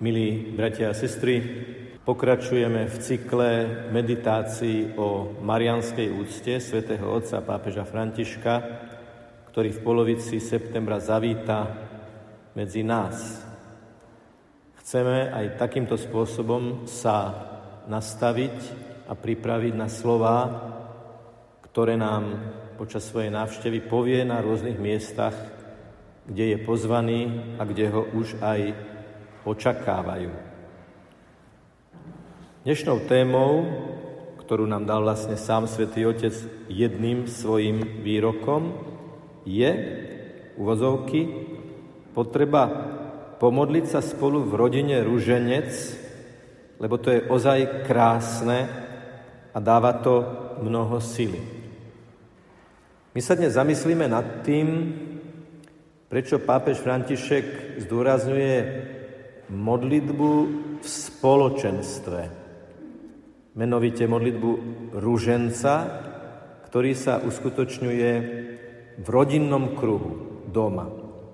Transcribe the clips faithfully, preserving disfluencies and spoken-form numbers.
Milí bratia a sestry, pokračujeme v cykle meditácií o mariánskej úcte svätého otca pápeža Františka, ktorý v polovici septembra zavíta medzi nás. Chceme aj takýmto spôsobom sa nastaviť a pripraviť na slová, ktoré nám počas svojej návštevy povie na rôznych miestach, kde je pozvaný a kde ho už aj očakávajú. Dnešnou témou, ktorú nám dal vlastne sám Svätý Otec jedným svojim výrokom, je, uvozovky, potreba pomodliť sa spolu v rodine ruženec, lebo to je ozaj krásne a dáva to mnoho sily. My sa dnes zamyslíme nad tým, prečo pápež František zdôrazňuje modlitbu v spoločenstve. Menovite modlitbu ruženca, ktorý sa uskutočňuje v rodinnom kruhu doma.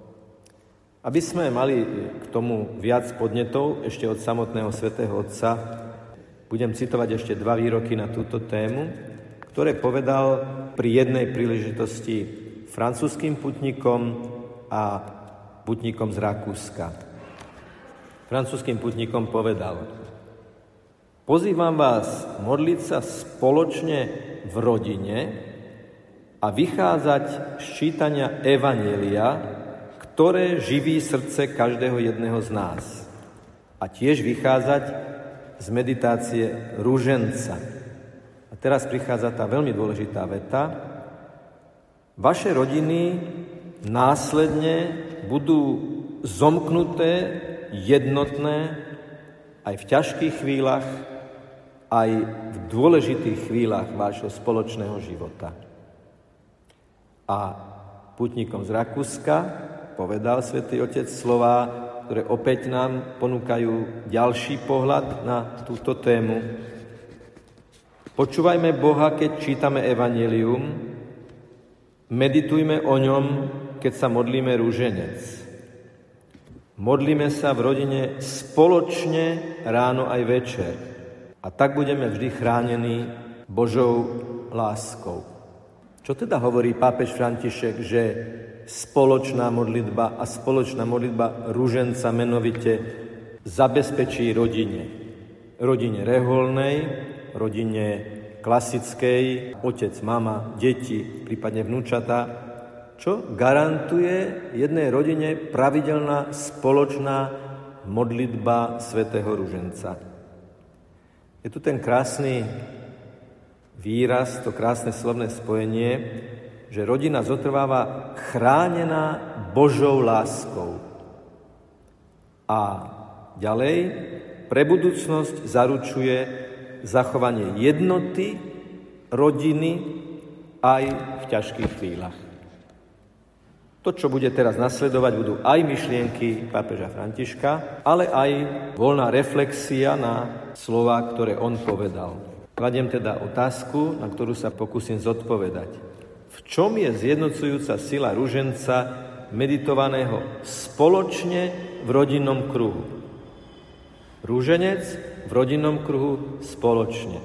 Aby sme mali k tomu viac podnetov ešte od samotného svätého Otca, budem citovať ešte dva výroky na túto tému, ktoré povedal pri jednej príležitosti francúzskym putníkom a putníkom z Rakúska. Francúzským putníkom povedal: pozývam vás modliť sa spoločne v rodine a vychádzať z čítania Evanjelia, ktoré živí srdce každého jedného z nás. A tiež vychádzať z meditácie ruženca. A teraz prichádza tá veľmi dôležitá veta. Vaše rodiny následne budú zomknuté, jednotné aj v ťažkých chvíľach, aj v dôležitých chvíľach vášho spoločného života. A putníkom z Rakúska povedal Svätý Otec slová, ktoré opäť nám ponúkajú ďalší pohľad na túto tému. Počúvajme Boha, keď čítame Evanjelium, meditujme o ňom, keď sa modlíme ruženec. Modlíme sa v rodine spoločne ráno aj večer. A tak budeme vždy chránení Božou láskou. Čo teda hovorí pápež František, že spoločná modlitba a spoločná modlitba ruženca menovite zabezpečí rodine? Rodine reholnej, rodine klasickej, otec, mama, deti, prípadne vnúčata, čo garantuje jednej rodine pravidelná spoločná modlitba svätého ruženca. Je tu ten krásny výraz, to krásne slovné spojenie, že rodina zotrváva chránená Božou láskou. A ďalej, pre budúcnosť zaručuje zachovanie jednoty rodiny aj v ťažkých chvíľach. To, čo bude teraz nasledovať, budú aj myšlienky pápeža Františka, ale aj voľná reflexia na slová, ktoré on povedal. Kladiem teda otázku, na ktorú sa pokúsim zodpovedať. V čom je zjednocujúca sila ruženca meditovaného spoločne v rodinnom kruhu? Rúženec v rodinnom kruhu spoločne.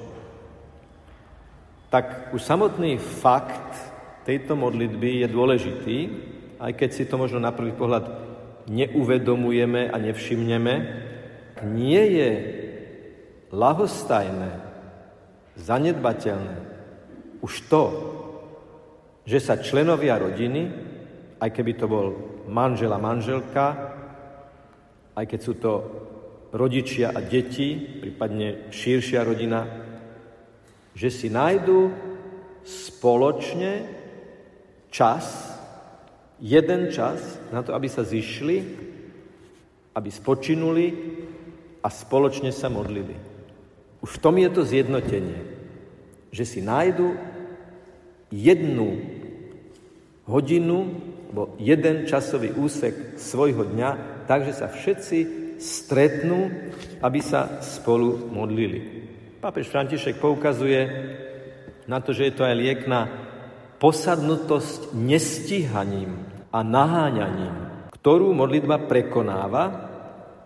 Tak už samotný fakt tejto modlitby je dôležitý, aj keď si to možno na prvý pohľad neuvedomujeme a nevšimneme, nie je ľahostajné, zanedbateľné už to, že sa členovia rodiny, aj keby to bol manžel a manželka, aj keď sú to rodičia a deti, prípadne širšia rodina, že si nájdu spoločne čas, jeden čas na to, aby sa zišli, aby spočinuli a spoločne sa modlili. Už v tom je to zjednotenie, že si nájdu jednu hodinu alebo jeden časový úsek svojho dňa, takže sa všetci stretnú, aby sa spolu modlili. Pápež František poukazuje na to, že je to aj liek na posadnutosť nestíhaním a naháňaním, ktorú modlitba prekonáva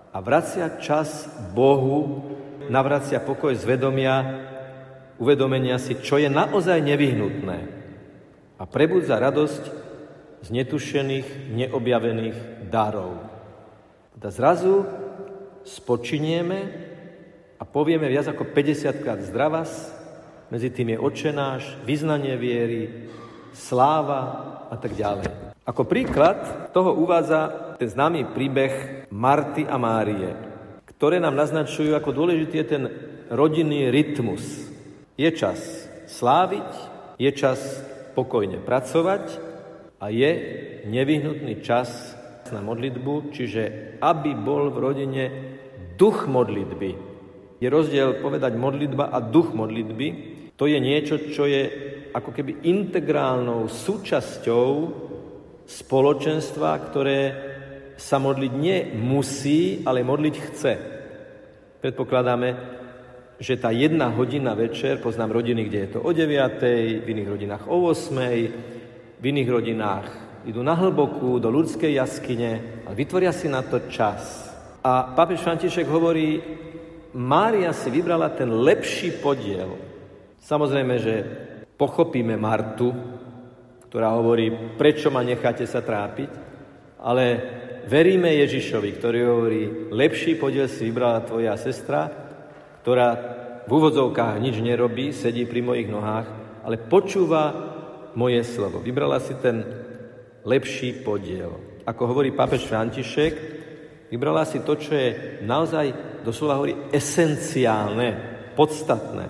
a vracia čas Bohu, navracia pokoj z vedomia, uvedomenia si, čo je naozaj nevyhnutné a prebudza radosť z netušených, neobjavených darov. Teda zrazu spočinieme a povieme viac ako päťdesiatkrát zdravas, medzi tým je Otče náš, vyznanie viery, sláva a tak ďalej. Ako príklad toho uvádza ten známy príbeh Marty a Márie, ktoré nám naznačujú, ako dôležitý je ten rodinný rytmus. Je čas sláviť, je čas pokojne pracovať a je nevyhnutný čas na modlitbu, čiže aby bol v rodine duch modlitby. Je rozdiel povedať modlitba a duch modlitby. To je niečo, čo je ako keby integrálnou súčasťou spoločenstva, ktoré sa modliť nemusí, ale modliť chce. Predpokladáme, že tá jedna hodina večer, poznám rodiny, kde je to o deviatej, v iných rodinách o ôsmej, v iných rodinách idú na hlbokú, do ľudskej jaskyne a vytvoria si na to čas. A pápež František hovorí, Mária si vybrala ten lepší podiel. Samozrejme, že pochopíme Martu, ktorá hovorí, prečo ma necháte sa trápiť, ale veríme Ježišovi, ktorý hovorí, lepší podiel si vybrala tvoja sestra, ktorá v úvodzovkách nič nerobí, sedí pri mojich nohách, ale počúva moje slovo. Vybrala si ten lepší podiel. Ako hovorí pápež František, vybrala si to, čo je naozaj, doslova hovorí, esenciálne, podstatné.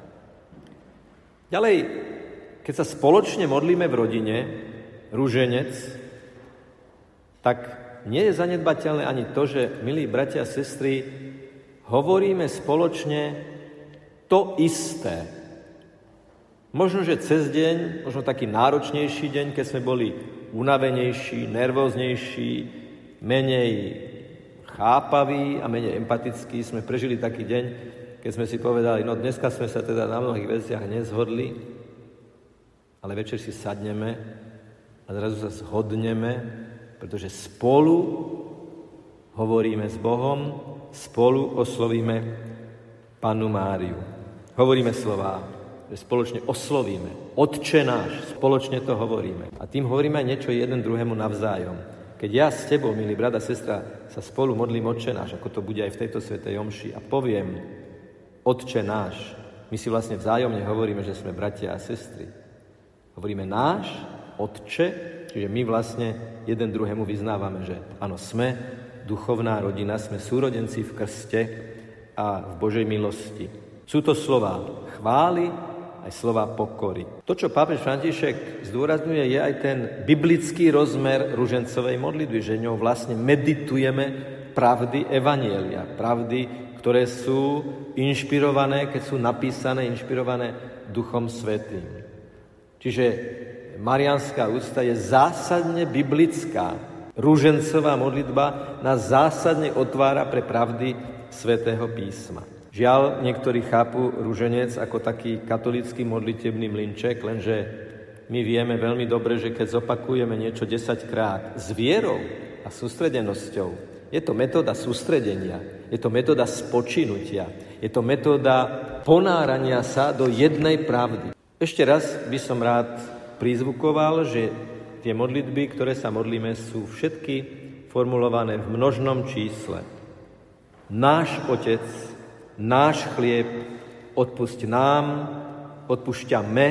Ďalej, keď sa spoločne modlíme v rodine, rúženec, tak nie je zanedbateľné ani to, že, milí bratia a sestry, hovoríme spoločne to isté. Možno, že cez deň, možno taký náročnejší deň, keď sme boli unavenejší, nervóznejší, menej chápaví a menej empatickí, sme prežili taký deň, keď sme si povedali, no dneska sme sa teda na mnohých veciach nezhodli, ale večer si sadneme a zrazu sa zhodneme, pretože spolu hovoríme s Bohom, spolu oslovíme Pannu Máriu. Hovoríme slová, že spoločne oslovíme. Otče náš, spoločne to hovoríme. A tým hovoríme aj niečo jeden druhému navzájom. Keď ja s tebou, milý brat a sestra, sa spolu modlím Otče náš, ako to bude aj v tejto svätej omši, a poviem Otče náš, my si vlastne vzájomne hovoríme, že sme bratia a sestry. Hovoríme náš, Otče, čiže my vlastne jeden druhému vyznávame, že áno, sme duchovná rodina, sme súrodenci v krste a v Božej milosti. Sú to slová chvály, aj slova pokory. To, čo pápež František zdôrazňuje, je aj ten biblický rozmer ružencovej modlitby, že ňou vlastne meditujeme pravdy evanjelia, pravdy, ktoré sú inšpirované, keď sú napísané, inšpirované Duchom Svätým. Čiže mariánska úcta je zásadne biblická. Ružencová modlitba nás zásadne otvára pre pravdy Svätého písma. Žiaľ, niektorí chápu ruženec ako taký katolícky modlitebný mlynček, lenže my vieme veľmi dobre, že keď zopakujeme niečo desaťkrát s vierou a sústredenosťou, je to metóda sústredenia, je to metóda spočinutia, je to metóda ponárania sa do jednej pravdy. Ešte raz by som rád prizvukoval, že tie modlitby, ktoré sa modlíme, sú všetky formulované v množnom čísle. Náš Otec, náš chlieb, odpusť nám, odpúšťame,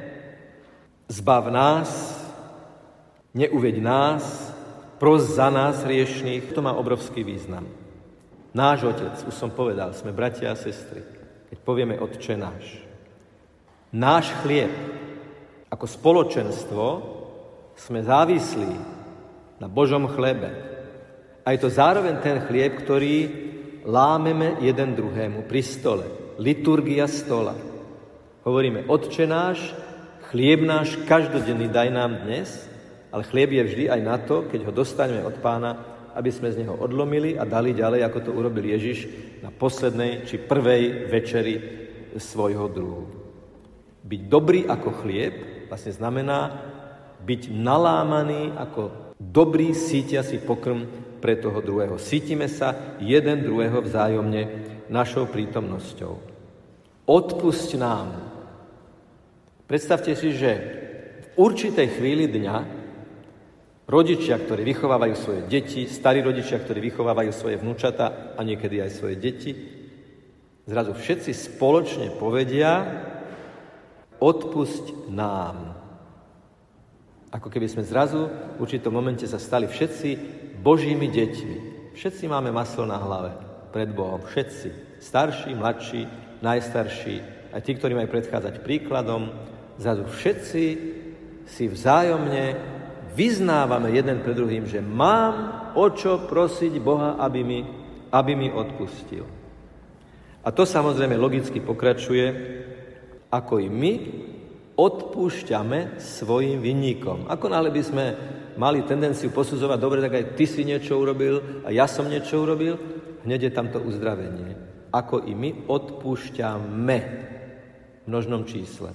zbav nás, neuveď nás, pros za nás hriešných. To má obrovský význam. Náš Otec, už som povedal, sme bratia a sestry, keď povieme Otče náš. Náš chlieb, ako spoločenstvo, sme závislí na Božom chlebe. A je to zároveň ten chlieb, ktorý lámeme jeden druhému pri stole. Liturgia stola. Hovoríme, Otče náš, chlieb náš každodenný daj nám dnes, ale chlieb je vždy aj na to, keď ho dostaneme od Pána, aby sme z neho odlomili a dali ďalej, ako to urobil Ježiš na poslednej či prvej večeri svojho druhu. Byť dobrý ako chlieb vlastne znamená byť nalámaný ako dobrý sítiaci pokrm pre toho druhého. Cítime sa jeden druhého vzájomne našou prítomnosťou. Odpusť nám. Predstavte si, že v určitej chvíli dňa rodičia, ktorí vychovávajú svoje deti, starí rodičia, ktorí vychovávajú svoje vnúčata a niekedy aj svoje deti, zrazu všetci spoločne povedia: odpusť nám. Ako keby sme zrazu v určitom momente sa stali všetci Božími deťmi. Všetci máme maslo na hlave pred Bohom. Všetci. Starší, mladší, najstarší, aj tí, ktorí majú predchádzať príkladom. Zrazu všetci si vzájomne vyznávame jeden pred druhým, že mám o čo prosiť Boha, aby mi, aby mi odpustil. A to samozrejme logicky pokračuje, ako i my odpúšťame svojim vinníkom. Ako náhle by sme mali tendenciu posudzovať, dobre, tak aj ty si niečo urobil a ja som niečo urobil, hneď je tamto uzdravenie. Ako i my odpúšťame v množnom čísle.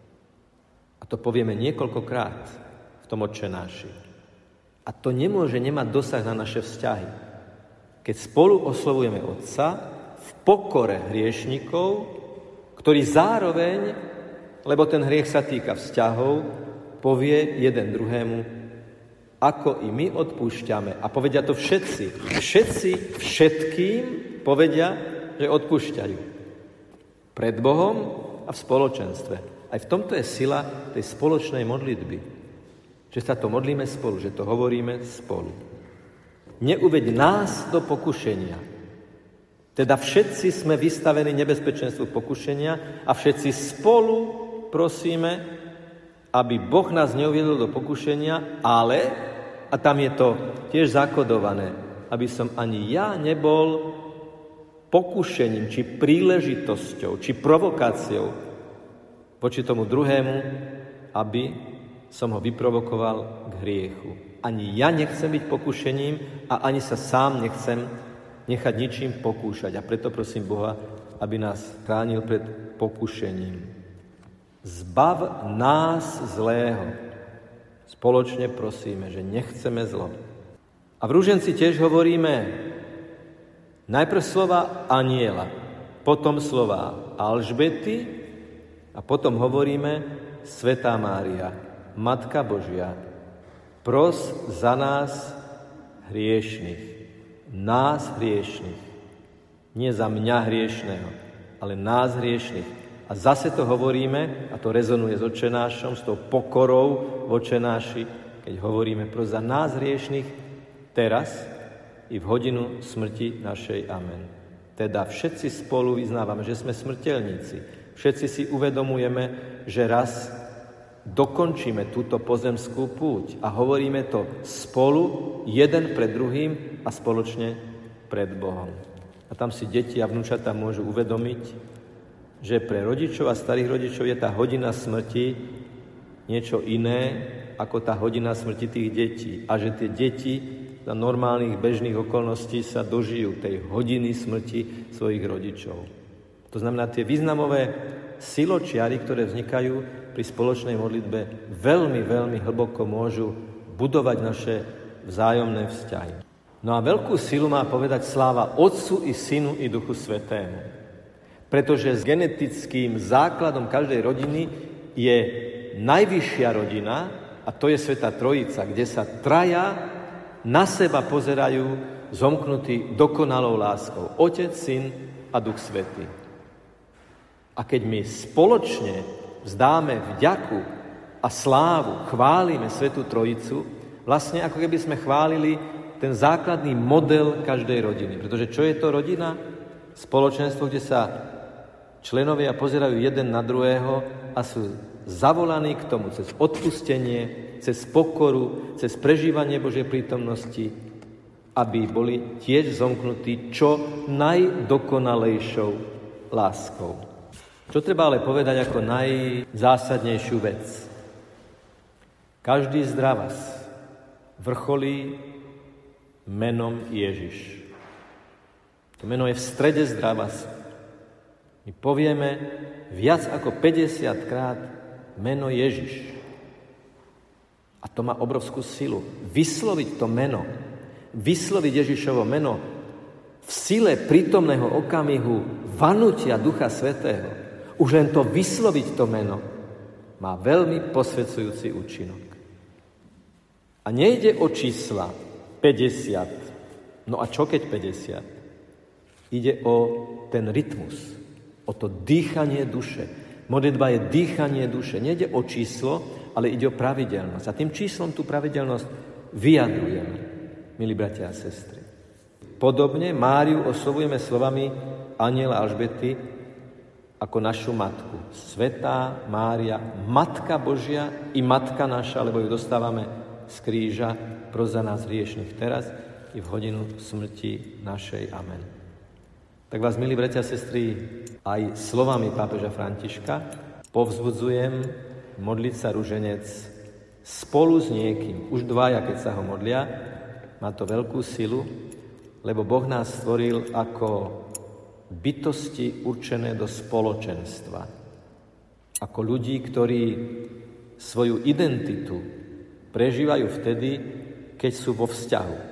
A to povieme niekoľkokrát v tom Otčenáši. A to nemôže nemať dosah na naše vzťahy. Keď spolu oslovujeme Otca v pokore hriešnikov, ktorí zároveň, lebo ten hriech sa týka vzťahov, povie jeden druhému, ako i my odpúšťame. A povedia to všetci. Všetci všetkým povedia, že odpúšťajú. Pred Bohom a v spoločenstve. Aj v tomto je sila tej spoločnej modlitby. Že sa to modlíme spolu, že to hovoríme spolu. Neuveď nás do pokušenia. Teda všetci sme vystavení nebezpečenstvu pokušenia a všetci spolu prosíme, aby Boh nás neuviedol do pokušenia, ale, a tam je to tiež zakodované, aby som ani ja nebol pokušením, či príležitosťou, či provokáciou voči tomu druhému, aby som ho vyprovokoval k hriechu. Ani ja nechcem byť pokušením a ani sa sám nechcem nechať ničím pokúšať. A preto prosím Boha, aby nás chránil pred pokušením. Zbav nás zlého. Spoločne prosíme, že nechceme zlo. A v rúženci tiež hovoríme najprv slova anjela, potom slova Alžbety a potom hovoríme Svätá Mária, Matka Božia, pros za nás hriešnych, nás hriešnych, nie za mňa hriešného, ale nás hriešnych. A zase to hovoríme, a to rezonuje s Otčenášom, s tou pokorou v Otčenáši, keď hovoríme pro za nás hriešných teraz i v hodinu smrti našej. Amen. Teda všetci spolu vyznávame, že sme smrteľníci. Všetci si uvedomujeme, že raz dokončíme túto pozemskú púť a hovoríme to spolu, jeden pred druhým a spoločne pred Bohom. A tam si deti a vnúčatá môžu uvedomiť, že pre rodičov a starých rodičov je tá hodina smrti niečo iné ako tá hodina smrti tých detí. A že tie deti za normálnych bežných okolností sa dožijú tej hodiny smrti svojich rodičov. To znamená, tie významové siločiary, ktoré vznikajú pri spoločnej modlitbe, veľmi, veľmi hlboko môžu budovať naše vzájomné vzťahy. No a veľkú silu má povedať sláva Otcu i Synu i Duchu Svätému. Pretože s genetickým základom každej rodiny je najvyššia rodina, a to je Svätá Trojica, kde sa traja na seba pozerajú zomknutí dokonalou láskou. Otec, Syn a Duch Svätý. A keď my spoločne vzdáme vďaku a slávu, chválime Svätú Trojicu, vlastne ako keby sme chválili ten základný model každej rodiny. Pretože čo je to rodina? Spoločenstvo, kde sa členovia pozerajú jeden na druhého a sú zavolaní k tomu cez odpustenie, cez pokoru, cez prežívanie Božej prítomnosti, aby boli tiež zomknutí čo najdokonalejšou láskou. Čo treba ale povedať ako najzásadnejšiu vec? Každý zdravas vrcholí menom Ježiš. To meno je v strede zdravasa. My povieme viac ako päťdesiat krát meno Ježiš. A to má obrovskú silu. Vysloviť to meno vysloviť Ježišovo meno v sile prítomného okamihu vanutia Ducha Svätého, už len to vysloviť to meno, má veľmi posvedzujúci účinok. A nejde o čísla päťdesiat. No a čo keď päťdesiat? Ide o ten rytmus, o to dýchanie duše. Modlitba je dýchanie duše. Nejde o číslo, ale ide o pravidelnosť. A tým číslom tú pravidelnosť vyjadrujeme, milí bratia a sestry. Podobne Máriu oslovujeme slovami anjela Alžbety ako našu matku. Svätá Mária, Matka Božia i Matka naša, lebo ju dostávame z kríža, pros za nás hriešnych teraz i v hodinu smrti našej. Amen. Tak vás, milí bratia a sestry, aj slovami pápeža Františka povzbudzujem modliť sa ruženec spolu s niekým. Už dvaja, keď sa ho modlia, má to veľkú silu, lebo Boh nás stvoril ako bytosti určené do spoločenstva. Ako ľudí, ktorí svoju identitu prežívajú vtedy, keď sú vo vzťahu.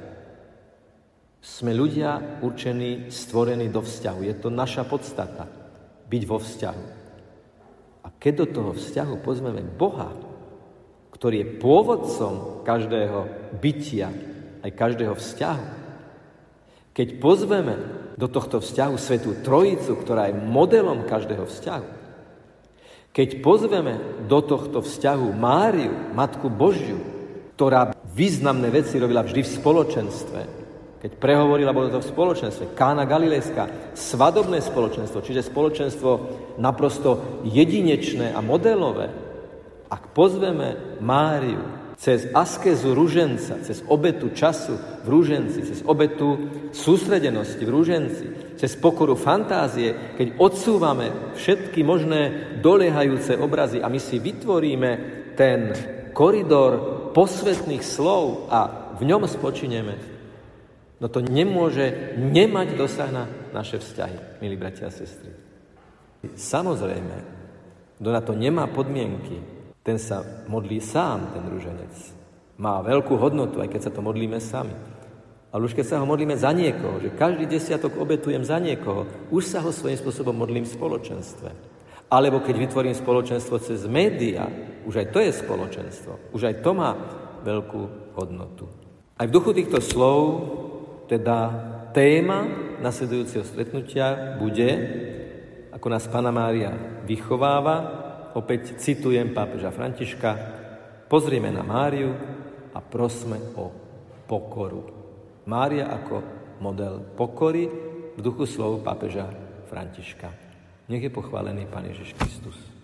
Sme ľudia určení, stvorení do vzťahu. Je to naša podstata, byť vo vzťahu. A keď do toho vzťahu pozmeme Boha, ktorý je pôvodcom každého bytia, aj každého vzťahu, keď pozveme do tohto vzťahu Svätú Trojicu, ktorá je modelom každého vzťahu, keď pozveme do tohto vzťahu Máriu, Matku Božiu, ktorá významné veci robila vždy v spoločenstve, keď prehovorila, bolo to v spoločenstve, Kána Galilejská, svadobné spoločenstvo, čiže spoločenstvo naprosto jedinečné a modelové. Ak pozveme Máriu cez askézu ruženca, cez obetu času v ruženci, cez obetu sústredenosti v ruženci, cez pokoru fantázie, keď odsúvame všetky možné doliehajúce obrazy a my si vytvoríme ten koridor posvetných slov a v ňom spočineme, no to nemôže nemať dosah na naše vzťahy, milí bratia a sestry. Samozrejme, kto na to nemá podmienky, ten sa modlí sám, ten ruženec. Má veľkú hodnotu, aj keď sa to modlíme sami. Ale už keď sa ho modlíme za niekoho, že každý desiatok obetujem za niekoho, už sa ho svojím spôsobom modlím v spoločenstve. Alebo keď vytvorím spoločenstvo cez médiá, už aj to je spoločenstvo. Už aj to má veľkú hodnotu. Aj v duchu týchto slov teda téma nasledujúceho stretnutia bude, ako nás Panna Mária vychováva, opäť citujem pápeža Františka, pozrieme na Máriu a prosme o pokoru. Mária ako model pokory v duchu slov pápeža Františka. Nech je pochválený Pán Ježiš Kristus.